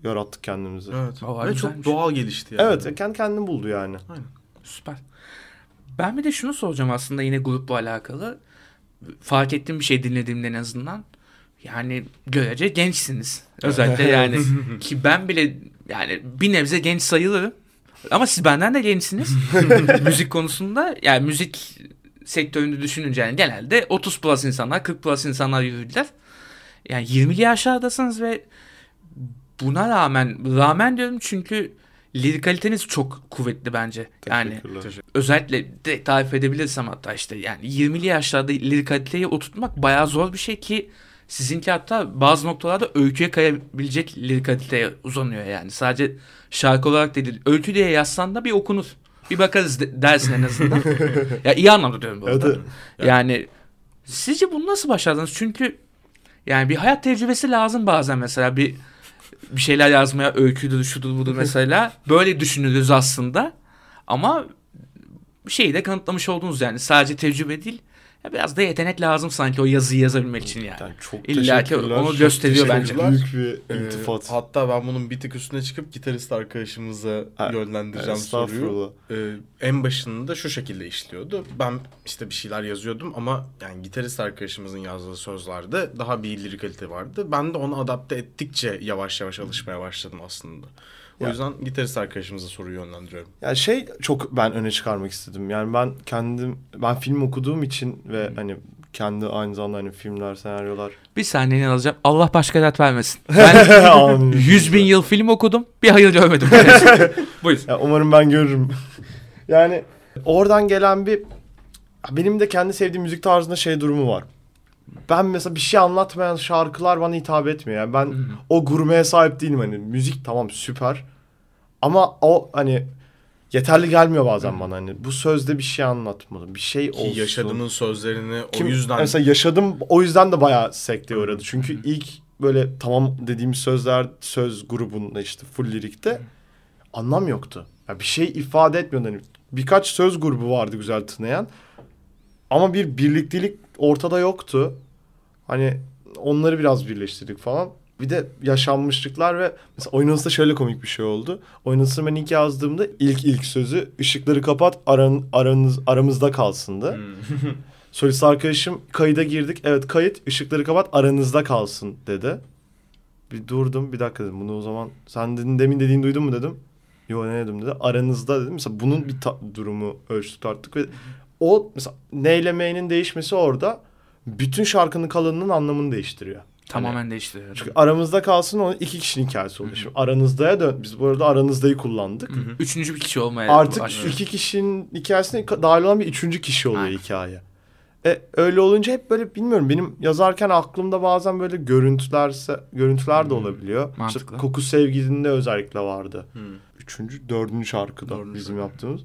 S3: yarattık kendimizi.
S2: Evet.
S1: O var,
S2: Ve çok
S1: güzelmiş.
S2: doğal gelişti yani.
S3: Evet, kendi kendini buldu yani.
S2: Aynen.
S1: Süper. Ben bir de şunu soracağım aslında yine grupla alakalı. Fark ettiğim bir şey dinlediğimde en azından. Yani görece gençsiniz. Özellikle yani ki ben bile yani bir nebze genç sayılırım. Ama siz benden de gençsiniz. Müzik konusunda yani müzik sektörünü düşününce yani genelde 30 plus insanlar 40 plus insanlar yürüdüler. Yani 20'li yaşlardasınız ve buna rağmen diyorum çünkü lirik kaliteniz çok kuvvetli bence. Yani
S3: Teşekkürler.
S1: özellikle direkt tarif edebilirsem hatta işte yani 20'li yaşlarda lirik kaliteyi oturtmak bayağı zor bir şey ki sizinki hatta bazı noktalarda öyküye kayabilecek lirik kaliteye uzanıyor yani. Sadece şarkı olarak değil. Öykü diye yazsan da bir okunur. Bir bakarız dersin en azından. Ya iyi anlamda diyorum bu arada.
S3: Evet.
S1: Yani sizce bunu nasıl başardınız? Çünkü yani bir hayat tecrübesi lazım bazen mesela bir şeyler yazmaya öyküdür şudur budur mesela. Böyle düşünürüz aslında. Ama bir şeyi de kanıtlamış oldunuz yani. Sadece tecrübe değil. Ya biraz da yetenek lazım sanki o yazıyı yazabilmek için yani.
S3: Çok
S1: İlla ki
S3: teşekkürler.
S1: onu gösteriyor
S3: Çok
S1: bence.
S3: Büyük bir iltifat.
S2: Hatta ben bunun bir tık üstüne çıkıp gitarist arkadaşımıza yönlendireceğim soruyu. En başında şu şekilde işliyordu. Ben işte bir şeyler yazıyordum ama yani gitarist arkadaşımızın yazdığı sözlerde daha bir lirik kalite vardı. Ben de onu adapte ettikçe yavaş yavaş alışmaya başladım aslında. O yüzden gitarist arkadaşımıza soruyu yönlendiriyorum.
S3: Ya çok ben öne çıkarmak istedim. Yani ben film okuduğum için ve hani kendi aynı zamanda hani filmler, senaryolar.
S1: Bir saniye alacağım. Allah başka dert vermesin. Ben 100 bin yıl film okudum. Bir hayır görmedim. Buyur.
S3: Ya umarım ben görürüm. Yani oradan gelen benim de kendi sevdiğim müzik tarzında durumu var. Ben mesela bir şey anlatmayan şarkılar bana hitap etmiyor. Yani ben o gurmeye sahip değilim. Hani müzik tamam süper. Ama o hani yeterli gelmiyor bazen bana. Hani bu sözde bir şey anlatmalı. Bir şey olsun.
S2: Ki yaşadığımın sözlerini o yüzden...
S3: Mesela yaşadım o yüzden de bayağı sekteye uğradı. Çünkü ilk böyle tamam dediğimiz söz grubunda işte full lirikte anlam yoktu. Yani bir şey ifade etmiyordu. Hani birkaç söz grubu vardı güzel tınlayan. Ama bir birliktelik ortada yoktu. Hani onları biraz birleştirdik falan. Bir de yaşanmışlıklar ve mesela Oynas'ta şöyle komik bir şey oldu. Oynas'ı ben ilk yazdığımda ilk sözü ışıkları kapat aramızda kalsındı. Solist arkadaşım kayıda girdik. Evet kayıt ışıkları kapat aranızda kalsın dedi. Bir durdum bir dakika dedim. Bunu o zaman sen demin dediğini duydun mu dedim. Yo ne dedim dedi. Aranızda dedim. Mesela bunun bir durumu ölçtük tarttık ve o mesela neylemeğinin değişmesi orada bütün şarkının kalanının anlamını değiştiriyor.
S1: Tamamen değiştiriyor.
S3: Çünkü aramızda kalsın o iki kişinin hikayesi oluyor. Şimdi aranızda'ya dön. Biz bu arada aranızda'yı kullandık.
S1: Üçüncü bir kişi olmaya
S3: Artık
S1: başlıyor.
S3: iki kişinin hikayesine dahil olan bir üçüncü kişi oluyor hikaye. Öyle olunca hep böyle bilmiyorum benim yazarken aklımda bazen böyle görüntüler de olabiliyor.
S1: Mantıklı.
S3: İşte Koku Sevgili'nde özellikle vardı. Dördüncü şarkıda bizim yaptığımız.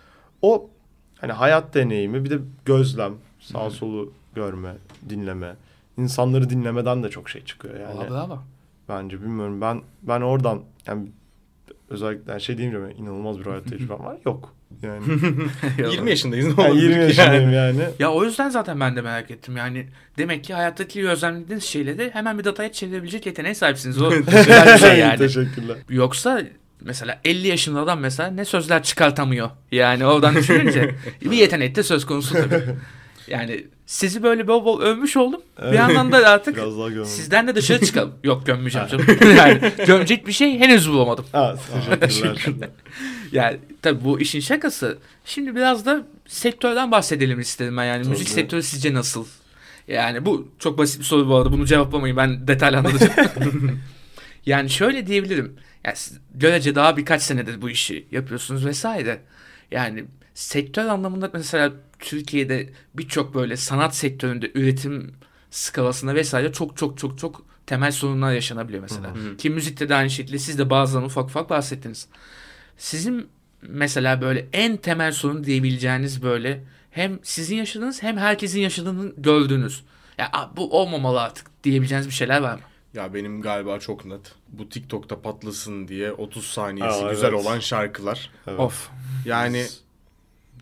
S3: O hani hayat deneyimi bir de gözlem, sağ solu görme, dinleme. İnsanları dinlemeden de çok şey çıkıyor yani.
S1: Bravo.
S3: Bence bilmiyorum ben oradan yani özellikle yani diyeyim inanılmaz bir hayat tecrübem var. Yok. Yani
S2: 20 yaşındayız.
S3: yani 20 yaşındayım yani.
S1: Ya o yüzden zaten ben de merak ettim. Yani demek ki hayattaki gözlemlediğiniz şeyleri hemen bir dataya çevirebilecek yeteneğe sahipsiniz. O güzel bir şey yani.
S3: Teşekkürler.
S1: Yoksa mesela 50 yaşında adam mesela ne sözler çıkartamıyor. Yani oradan düşününce bir yetenek de söz konusu tabii. Yani sizi böyle bol bol övmüş oldum. Bir yandan da artık sizden de dışarı çıkalım. Yok gömmeyeceğim canım. Yani gömecek bir şey henüz bulamadım.
S3: Teşekkürler.
S1: Yani tabii bu işin şakası. Şimdi biraz da sektörden bahsedelim istedim ben. Yani müzik sektörü sizce nasıl? Yani bu çok basit bir soru bu arada. Bunu cevaplamayın. Ben detaylı anlatacağım. Yani şöyle diyebilirim. Yani siz görece daha birkaç senedir bu işi yapıyorsunuz vesaire. Yani sektör anlamında mesela Türkiye'de birçok böyle sanat sektöründe üretim skalasında vesaire çok temel sorunlar yaşanabiliyor mesela. Ki müzikte de aynı şekilde siz de bazılarını ufak bahsettiniz. Sizin mesela böyle en temel sorun diyebileceğiniz böyle hem sizin yaşadığınız hem herkesin yaşadığını gördüğünüz. Ya bu olmamalı artık diyebileceğiniz bir şeyler var mı?
S2: Ya benim galiba çok net. Bu TikTok'ta patlasın diye 30 saniyesi güzel olan şarkılar.
S3: Evet.
S1: Of.
S2: Yani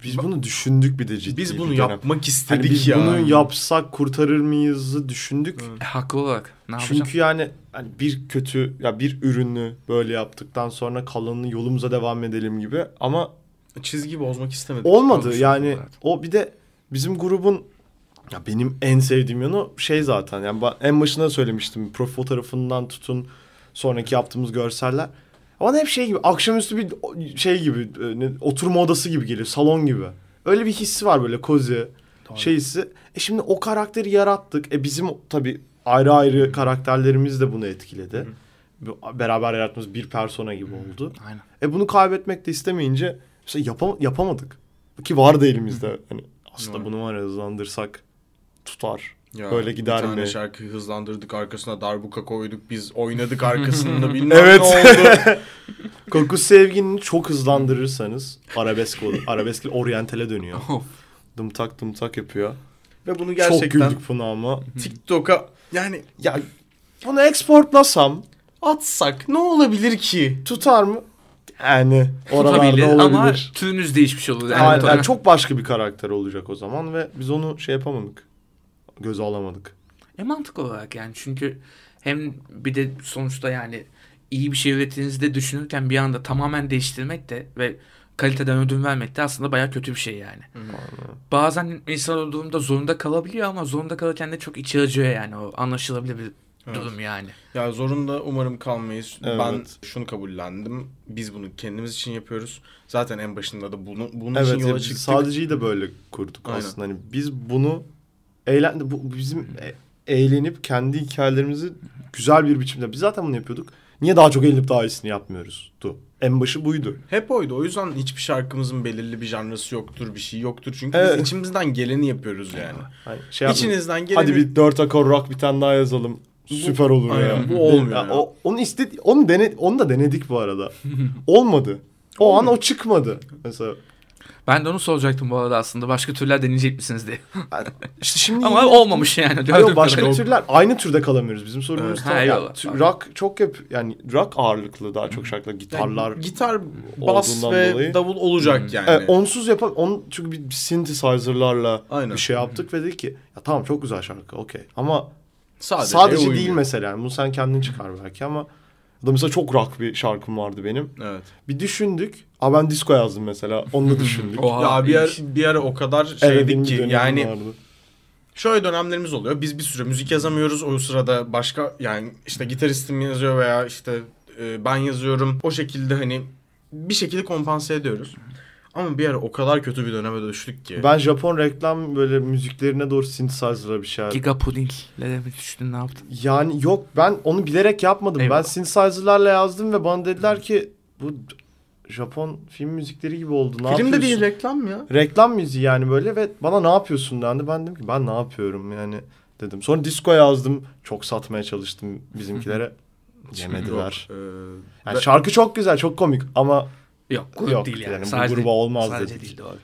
S3: Biz bunu düşündük bir de ciddi
S2: Biz
S3: bir
S2: bunu
S3: dönem.
S2: yapmak
S3: Hani
S2: istedik
S3: biz
S2: ya.
S3: bunu yapsak kurtarır mıyızı düşündük.
S1: Haklı olarak. Ne yapacağım?
S3: Çünkü yani hani bir kötü ya bir ürünü böyle yaptıktan sonra kalanını yolumuza devam edelim gibi ama
S2: Çizgi bozmak istemedik.
S3: olmadı.
S1: Olmuş
S3: Yani
S1: evet.
S3: o bir de bizim grubun ya benim en sevdiğim yanı şey zaten. Yani ben en başında söylemiştim. Profil fotoğrafından tutun sonraki yaptığımız görseller. Ama hep şey gibi akşamüstü bir şey gibi oturma odası gibi geliyor. Salon gibi. Öyle bir hissi var böyle cozy şey hissi. Şimdi o karakteri yarattık. Bizim tabii ayrı ayrı karakterlerimiz de bunu etkiledi. Beraber yarattığımız bir persona gibi oldu.
S1: Aynen.
S3: Bunu kaybetmek de istemeyince mesela yapamadık. Ki vardı elimizde. Hani aslında bunu var ya hızlandırsak tutar.
S2: Ya,
S3: böyle gider
S2: bir
S3: mi?
S2: tane şarkıyı hızlandırdık, arkasına darbuka koyduk, biz oynadık arkasında bilmem
S3: Evet.
S2: ne oldu.
S3: Koku Sevgi'ni çok hızlandırırsanız arabesk olur. Arabesk oryantale dönüyor. Dımtak dımtak yapıyor.
S2: Ve bunu
S3: Çok
S2: gerçekten
S3: güldük buna ama.
S2: TikTok'a yani
S3: Ya bunu exportlasam
S2: atsak ne olabilir ki?
S3: tutar mı? Yani oralarda
S1: Tutabilir
S3: olabilir.
S1: ama türünüz değişmiş olur.
S3: Yani çok başka bir karakter olacak o zaman ve biz onu şey yapamadık. Göze alamadık.
S1: Mantık olarak yani çünkü hem bir de sonuçta yani iyi bir şey ürettiğinizde düşünürken bir anda tamamen değiştirmek de ve kaliteden ödün vermek de aslında bayağı kötü bir şey yani. Bazen insan o durumda zorunda kalabiliyor ama zorunda kalırken de çok içi acıyor yani, o anlaşılabilir bir durum yani.
S2: Ya zorunda umarım kalmayız.
S3: Evet.
S2: Ben şunu kabullendim. Biz bunu kendimiz için yapıyoruz. Zaten en başında da bunun için yola çıktık.
S3: Sadeceyi de böyle kurduk
S2: Aynen.
S3: aslında. Hani biz bunu bu bizim eğlenip kendi hikayelerimizi güzel bir biçimde biz zaten bunu yapıyorduk. Niye daha çok eğlenip daha iyisini yapmıyoruz? En başı buydu.
S2: Hep oydu. O yüzden hiçbir şarkımızın belirli bir janrası yoktur, bir şey yoktur. Çünkü
S3: Evet.
S2: biz içimizden geleni yapıyoruz yani.
S3: Hani
S2: İçinizden geleni...
S3: hadi bir 4 akor rock bir tane daha yazalım. Süper olur
S2: aynen,
S3: ya.
S2: bu olmuyor ya.
S3: Onu da denedik bu arada. Olmadı. O an o çıkmadı. Mesela
S1: Ben de onu soracaktım bu arada aslında. Başka türler deneyecek misiniz diye.
S3: işte şimdi
S1: Ama olmamış yani.
S3: Hayır, başka
S1: kadarıyla.
S3: türler aynı türde kalamıyoruz. Bizim sorunumuz
S1: Evet. Ha, eyvallah.
S3: rock çok yani rock ağırlıklı daha çok şarkılar, gitarlar.
S2: Yani gitar, bas
S3: olduğundan
S2: ve
S3: dolayı.
S2: davul olacak yani.
S3: Onsuz çünkü bir synthesizer'larla
S2: Aynen.
S3: bir şey yaptık ve dedik ki ya tamam çok güzel şarkı okey ama
S2: Sadece
S3: değil
S2: uymuyor.
S3: mesela. Yani bunu sen kendin çıkar belki ama da mesela çok rock bir şarkım vardı benim.
S2: Evet.
S3: Bir düşündük. Ben disco yazdım mesela. Onu da düşündük.
S1: Oha,
S2: Ya bir ara o kadar
S3: Evet,
S2: şeydik
S3: benim bir
S2: ki
S3: dönemim
S2: yani
S3: vardı.
S2: şöyle dönemlerimiz oluyor. Biz bir süre müzik yazamıyoruz. O sırada başka yani işte gitaristim yazıyor veya işte ben yazıyorum. O şekilde hani bir şekilde kompanse ediyoruz. Ama bir ara o kadar kötü bir döneme düştük ki.
S3: Ben Japon reklam böyle müziklerine doğru synthesizer'la bir şey.
S1: Giga Pudding'le mi düştün, ne yaptın?
S3: Yani yok, ben onu bilerek yapmadım.
S1: Eyvallah.
S3: Ben synthesizer'larla yazdım ve bana dediler ki bu Japon film müzikleri gibi oldu. Ne
S2: Film de
S3: yapıyorsun?
S2: değil, reklam ya.
S3: Reklam müziği yani böyle ve bana ne yapıyorsun dendi. Ben dedim ki ben ne yapıyorum yani dedim. Sonra disco yazdım. Çok satmaya çalıştım bizimkilere. Yemediler.
S2: Yok,
S3: Yani şarkı çok güzel, çok komik ama
S1: Yok, grup değil yani.
S3: Bu gruba olmaz
S1: sadece
S3: dedik.
S1: değil, doğru.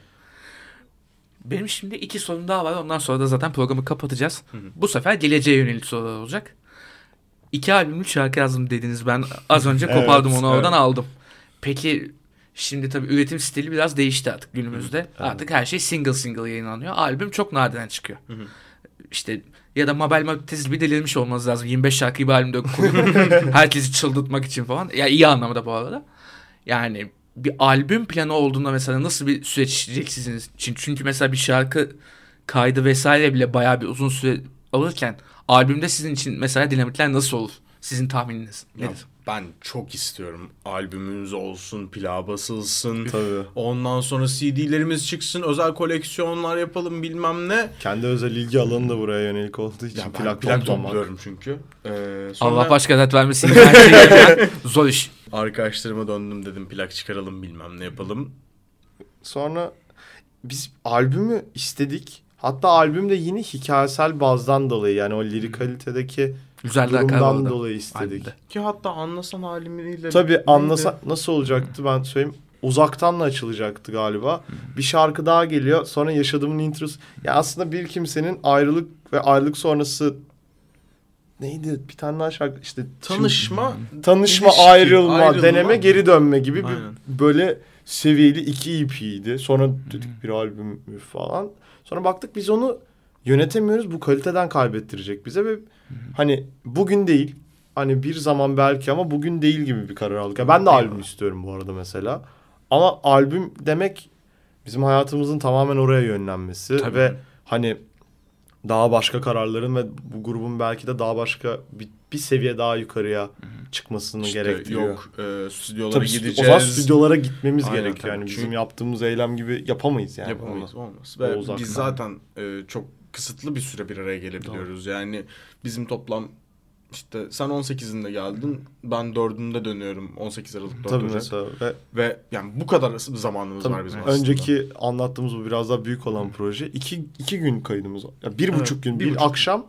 S1: Benim şimdi 2 sorum daha var. Ondan sonra da zaten programı kapatacağız. Bu sefer geleceğe yönelik sorular olacak. 2 albümlük şarkı yazdım dediniz. Ben az önce kopardım onu oradan aldım. Peki şimdi tabii üretim stili biraz değişti artık günümüzde. Artık her şey single yayınlanıyor. Albüm çok nadiren çıkıyor. İşte ya da Mabel Matiz'li bir delirmiş olmanız lazım. 25 şarkıyı bir albümde koyup herkesi çıldırtmak için falan. Ya iyi anlamda bu arada. Yani bir albüm planı olduğunda mesela nasıl bir süreç işleyecek sizin için? Çünkü mesela bir şarkı kaydı vesaire bile bayağı bir uzun süre alırken albümde sizin için mesela dinamikler nasıl olur? Sizin tahmininiz nedir?
S2: Ben çok istiyorum. Albümümüz olsun, plağa basılsın.
S3: Tabii.
S2: Ondan sonra CD'lerimiz çıksın, özel koleksiyonlar yapalım bilmem ne.
S3: Kendi özel ilgi alanı da buraya yönelik olduğu için
S2: Ya ben plak topluyorum çünkü. Sonra
S1: Allah başka dert vermesin. Her şey gerçekten zor iş.
S2: arkadaşlarıma döndüm, dedim plak çıkaralım bilmem ne yapalım.
S3: Sonra biz albümü istedik. Hatta albümde yine hikayesel bazdan dolayı yani o lirik kalitedeki
S1: Güzeller
S3: durumdan
S1: kayboldu.
S3: dolayı istedik.
S1: Albümde.
S2: Ki hatta anlasan halimiyle...
S3: Tabii
S2: neydi?
S3: anlasa nasıl olacaktı ben söyleyeyim. Uzaktanla açılacaktı galiba. Bir şarkı daha geliyor. Sonra yaşadığımın introsu. Ya aslında bir kimsenin ayrılık ve ayrılık sonrası neydi? Bir tane daha şarkı işte
S2: Tanışma,
S3: tanışma,
S2: ilişki,
S3: ayrılma,
S2: ayrılma.
S3: deneme, geri dönme gibi bir
S2: Aynen.
S3: böyle seviyeli 2 EP'ydi. Sonra dedik bir albüm falan. Sonra baktık biz onu yönetemiyoruz. Bu kaliteden kaybettirecek bize ve hani bugün değil. Hani bir zaman belki ama bugün değil gibi bir karar aldık. Yani ben de albüm istiyorum bu arada mesela. Ama albüm demek bizim hayatımızın tamamen oraya yönlenmesi.
S1: Tabii.
S3: Ve hani daha başka kararların ve bu grubun belki de daha başka bir seviye daha yukarıya çıkmasını
S2: İşte
S3: gerektiriyor.
S2: yok stüdyolara
S3: Tabii
S2: gideceğiz.
S3: o zaman stüdyolara gitmemiz
S2: Aynen,
S3: gerekiyor.
S2: tabii.
S3: Yani bizim
S2: Çünkü
S3: yaptığımız eylem gibi yapamayız yani.
S2: Yapamayız,
S3: onu.
S2: olmaz.
S3: O
S2: Ve
S3: uzaktan.
S2: biz zaten çok kısıtlı bir süre bir araya gelebiliyoruz. Yani bizim toplam işte sen 18'inde geldin, ben 4'ünde dönüyorum 18 Aralık 4
S3: Tabii
S2: Ocak.
S3: mesela.
S2: Ve yani bu kadar zamanımız
S3: Tabii
S2: var bizim aslında.
S3: önceki anlattığımız bu biraz daha büyük olan proje. İki gün kaydımız var. Yani 1,5 gün, bir akşam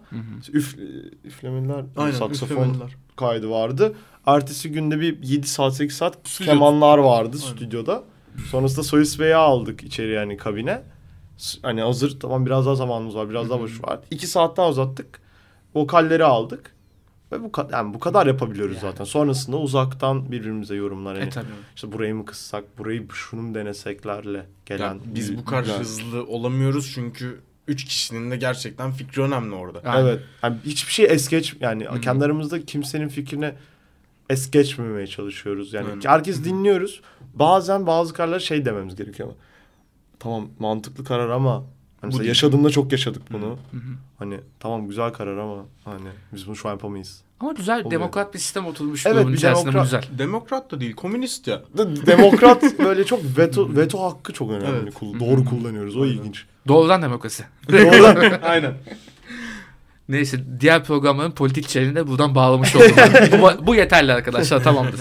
S3: üflemeler,
S2: Aynen,
S3: saksafon
S2: üflemeler.
S3: kaydı vardı. Ertesi günde bir 7 saat 8 saat
S2: Stüdyo.
S3: kemanlar vardı
S2: Aynen.
S3: stüdyoda. Sonrasında Solist Bey'i aldık içeri yani kabine. Hani hazır tamam biraz daha zamanımız var, biraz daha boş var. 2 saat daha uzattık. Vokalleri aldık. Ve bu kadar yapabiliyoruz zaten. Sonrasında uzaktan birbirimize yorumlar. Yani
S1: Tabii.
S3: işte burayı mı kıssak, burayı şunu mu deneseklerle gelen.
S2: Yani biz bu kadar
S3: güzel.
S2: hızlı olamıyoruz çünkü 3 kişinin de gerçekten fikri önemli orada.
S1: Yani.
S3: Evet. Yani hiçbir şey es geç yani kendi aramızda kimsenin fikrine es geçmemeye çalışıyoruz. Yani
S2: Aynen.
S3: herkes dinliyoruz. Bazen bazı kararlara şey dememiz gerekiyor ama. Tamam mantıklı karar ama hani mesela
S2: değil.
S3: yaşadığımda çok yaşadık bunu. Hani tamam güzel karar ama hani biz bunu şu an yapamayız.
S1: Ama güzel
S3: Oluyor.
S1: demokrat bir sistem oturmuş
S3: Evet,
S1: grubun
S3: bir
S1: içerisinde, bu
S3: demokrat-
S1: güzel.
S2: Demokrat da değil, komünist ya.
S3: Demokrat böyle çok veto hakkı çok önemli.
S2: Evet.
S3: Doğru kullanıyoruz. O
S2: Aynen.
S3: ilginç.
S1: Doğrudan demokrasi.
S3: Doğrudan. Aynen.
S1: Neyse, diğer programların politik içeriğini de buradan bağlamış oldum. bu yeterli arkadaşlar, tamamdır.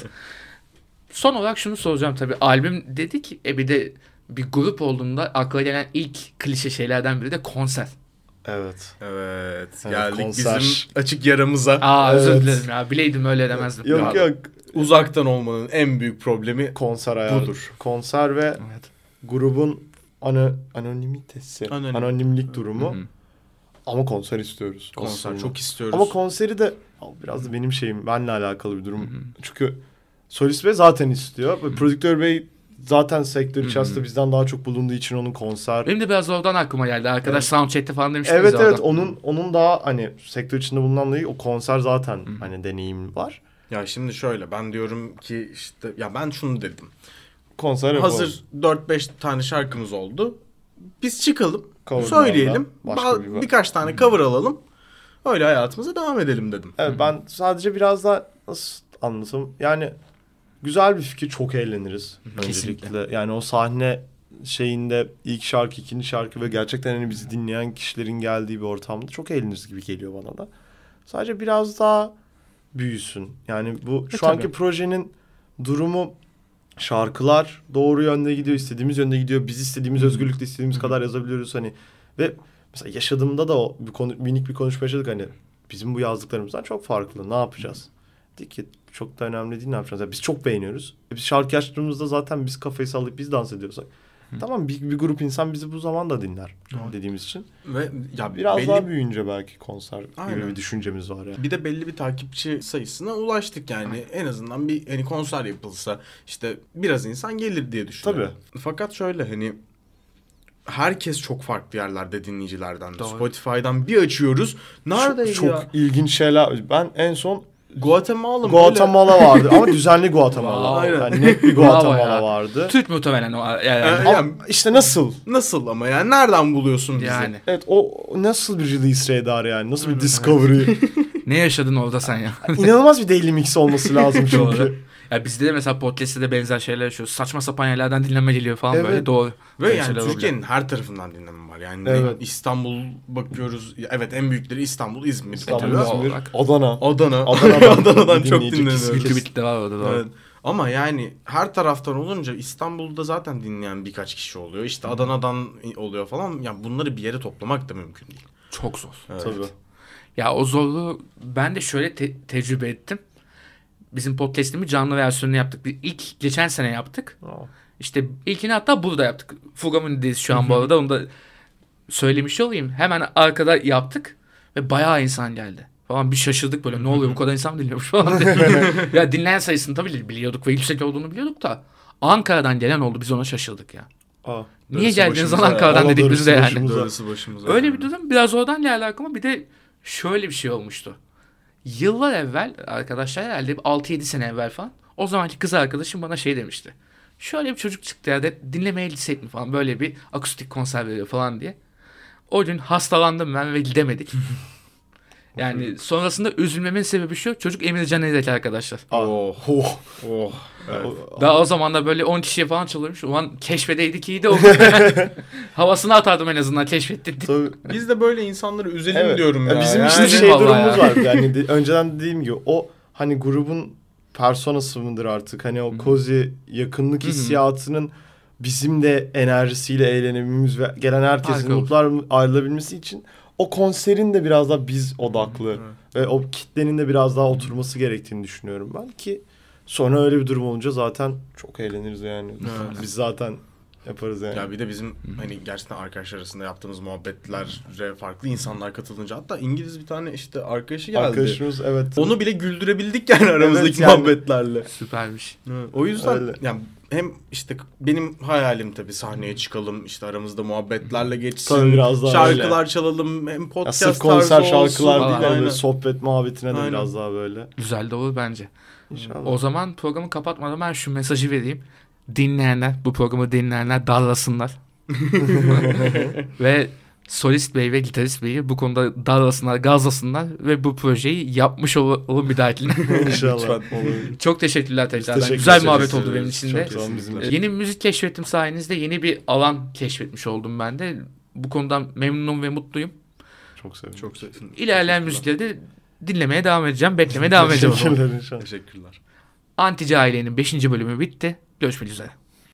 S1: Son olarak şunu soracağım tabii. Albüm dedik, bir de bir grup olduğunda akla gelen ilk klişe şeylerden biri de konser.
S3: Evet.
S2: Evet,
S3: Evet,
S2: geldik
S3: konser.
S2: bizim açık yaramıza.
S1: Özür
S3: Evet.
S1: dilerim ya. Bileydim öyle demezdim.
S3: Yok
S2: Ya,
S3: yok.
S2: Uzaktan olmanın en büyük problemi
S3: Konser ayarı.
S2: budur.
S3: Konser ve
S1: Evet.
S3: grubun anonimitesi. Anonimlik durumu. Ama konser istiyoruz.
S2: Konser
S3: aslında.
S2: çok istiyoruz.
S3: Ama konseri de biraz da benim şeyim. Benle alakalı bir durum. Çünkü Solist Bey zaten istiyor. Ve Prodüktör Bey zaten sektör içerisinde bizden daha çok bulunduğu için onun konser...
S1: Benim de biraz oradan aklıma geldi. Arkadaş
S3: Evet.
S1: soundcheck'te falan demiştiniz
S3: Evet
S1: ya
S3: evet
S1: oradan.
S3: onun daha hani sektör içinde bulunan dolayı o konser zaten hani deneyim var.
S2: Ya şimdi şöyle, ben diyorum ki işte ya ben şunu dedim.
S3: Konser yapalım.
S2: Hazır 4-5 tane şarkımız oldu. Biz çıkalım,
S3: Coverlarla
S2: söyleyelim.
S3: başka bir-
S2: Birkaç tane cover alalım. Öyle hayatımıza devam edelim dedim.
S3: Evet ben sadece biraz daha nasıl anlatayım yani güzel bir fikir, çok eğleniriz öncelikle. Yani o sahne şeyinde ilk şarkı, ikinci şarkı ve gerçekten hani bizi dinleyen kişilerin geldiği bir ortamda çok eğleniriz gibi geliyor bana da. Sadece biraz daha büyüsün. Yani bu şu anki
S1: tabii.
S3: projenin durumu, şarkılar doğru yönde gidiyor, istediğimiz yönde gidiyor. Biz istediğimiz özgürlükte istediğimiz kadar yazabiliyoruz hani ve mesela yaşadığımda da o minik bir konuşma yaşadık hani bizim bu yazdıklarımızdan çok farklı. Ne yapacağız? Dedik ki çok da önemli değil, ne yapacağız? Yani biz çok beğeniyoruz. Biz şarkı açtığımızda zaten biz kafayı sallayıp biz dans ediyorsak. Tamam bir grup insan bizi bu zaman da dinler dediğimiz için.
S2: Ve ya
S3: Biraz daha büyüyünce belki konser gibi
S2: Aynen.
S3: bir düşüncemiz var yani.
S2: Bir de belli bir takipçi sayısına ulaştık yani. En azından bir hani konser yapılsa işte biraz insan gelir diye düşünüyorum. Fakat şöyle hani herkes çok farklı yerlerde dinleyicilerden.
S1: Doğru.
S2: Spotify'dan bir açıyoruz. Nerede
S3: Çok
S2: ya?
S3: ilginç şeyler. Ben en son
S2: Guatemala mı?
S3: Guatemala vardı ama düzenli Guatemala.
S1: Wow.
S3: Yani net bir
S1: Bravo
S3: Guatemala
S1: ya.
S3: vardı.
S1: Türk muhtemelen o yani.
S2: Yani
S3: İşte nasıl?
S2: nasıl ama yani nereden buluyorsun bizi?
S1: Yani.
S3: Evet o nasıl bir release radar yani? Nasıl bir discovery?
S1: Ne yaşadın orada sen ya?
S3: İnanılmaz bir daily mix olması lazım çünkü.
S1: Doğru. Ya bizde de mesela podcast'te de benzer şeyler yaşıyoruz. Saçma sapan yerlerden dinleme geliyor falan
S3: Evet.
S1: böyle. Doğru.
S2: Ve
S1: Böyle
S2: yani
S1: şeyler
S2: Türkiye'nin her tarafından dinleme var. Yani
S3: Evet.
S2: İstanbul bakıyoruz. Evet, en büyükleri İstanbul, İzmir.
S3: İstanbul,
S1: Tabii, doğal
S3: İzmir,
S1: olarak.
S3: Adana.
S2: Adana'dan çok
S3: dinleyici
S2: dinleniyor.
S3: kesin.
S1: Ülkü de var orada doğru.
S2: Evet. Ama yani her taraftan olunca İstanbul'da zaten dinleyen birkaç kişi oluyor. İşte Adana'dan oluyor falan. Yani bunları bir yere toplamak da mümkün değil.
S1: Çok zor.
S2: Evet.
S3: Tabii.
S1: Ya o zorluğu ben de şöyle tecrübe ettim. Bizim podcast'imi canlı versiyonunu yaptık. İlk geçen sene yaptık. İşte ilkini hatta burada yaptık. Fugamuni'deyiz şu an bu arada. Onu da söylemiş olayım. Hemen arkada yaptık. Ve bayağı insan geldi. Falan bir şaşırdık böyle. Ne oluyor, bu kadar insan mı dinliyormuş falan. Ya dinleyen sayısını tabii biliyorduk ve yüksek olduğunu biliyorduk da. Ankara'dan gelen oldu. Biz ona şaşırdık ya.
S3: Aa.
S1: Niye
S2: Darısı
S1: geldiniz lan
S2: başımıza
S1: Ankara'dan
S3: ya.
S1: dedik biz de
S3: Darısı
S1: yani.
S3: başımıza.
S2: Darısı başımıza.
S1: Öyle bir durum biraz oradan alakalı. Bir de şöyle bir şey olmuştu. Yıllar evvel arkadaşlar herhalde 6-7 sene evvel falan. O zamanki kız arkadaşım bana şey demişti. Şöyle bir çocuk çıktı ya dinlemeye gitsek mi falan. Böyle bir akustik konser veriyor falan diye. O gün hastalandım ben ve gidemedik. Yani sonrasında üzülmemin sebebi şu. Çocuk Emircan İrek arkadaşlar.
S2: Oh.
S3: Oh.
S2: Oh. Evet.
S1: Daha o zaman da böyle 10 kişiye falan çalıyormuş. O an keşfedeydik iyiydi o. Havasını atardım en azından keşfettin.
S3: Tabii.
S2: Biz de böyle insanları üzelim
S3: Evet.
S2: diyorum ya.
S3: Bizim
S2: Yani-
S3: için
S1: Üzücü
S3: şey
S1: vallahi
S3: durumumuz
S1: ya.
S3: var. Yani önceden dediğim gibi o hani grubun personası mıdır artık? Hani o cozy yakınlık hissiyatının bizim de enerjisiyle eğlenebilmemiz ve gelen herkesin
S1: Harika olur.
S3: mutlu ayrılabilmesi için o konserin de biraz daha biz odaklı ve o kitlenin de biraz daha oturması gerektiğini düşünüyorum ben ki sonra öyle bir durum olunca zaten çok eğleniriz yani.
S2: Evet.
S3: Biz zaten yaparız yani.
S2: Ya bir de bizim hani gerçekten arkadaşlar arasında yaptığımız muhabbetlere farklı insanlar katılınca hatta İngiliz bir tane işte arkadaşı geldi.
S3: Arkadaşımız evet.
S2: Onu bile güldürebildik yani aramızdaki
S3: Evet, yani.
S2: muhabbetlerle.
S1: Süpermiş.
S2: O yüzden
S3: Öyle.
S2: yani hem işte benim hayalim tabii sahneye çıkalım işte aramızda muhabbetlerle geçsin.
S3: Tabii biraz daha
S2: şarkılar çalalım hem
S3: Ya
S2: podcast
S3: sırf konser
S2: tarzı olsun.
S3: şarkılar değil de
S2: Aynen.
S3: böyle sohbet muhabbetine de
S2: Aynen.
S3: biraz daha böyle.
S1: Güzel de olur bence.
S3: İnşallah.
S1: O zaman programı kapatmadan ben şu mesajı vereyim. Dinleyenler, bu programı dinleyenler darlasınlar. Ve solist bey ve gitarist beyi bu konuda darlasınlar, gazlasınlar ve bu projeyi yapmış olalım bir dahakine.
S3: İnşallah.
S2: Lütfen.
S3: Olur.
S1: Çok teşekkürler tekrardan.
S3: teşekkür
S1: Güzel
S3: ederiz.
S1: muhabbet oldu benim için de.
S3: Çok sağ olun bizim de.
S1: Yeni bir müzik keşfettim sayenizde. Yeni bir alan keşfetmiş oldum ben de. Bu konudan memnunum ve mutluyum.
S3: Çok sevindim.
S2: Çok sevdim.
S1: İlerleyen müzikleri de dinlemeye devam edeceğim. Beklemeye devam edeceğim. o zaman.
S3: Teşekkürler inşallah.
S2: Teşekkürler.
S1: Antici Aile'nin 5. bölümü bitti. Görüşmek üzere.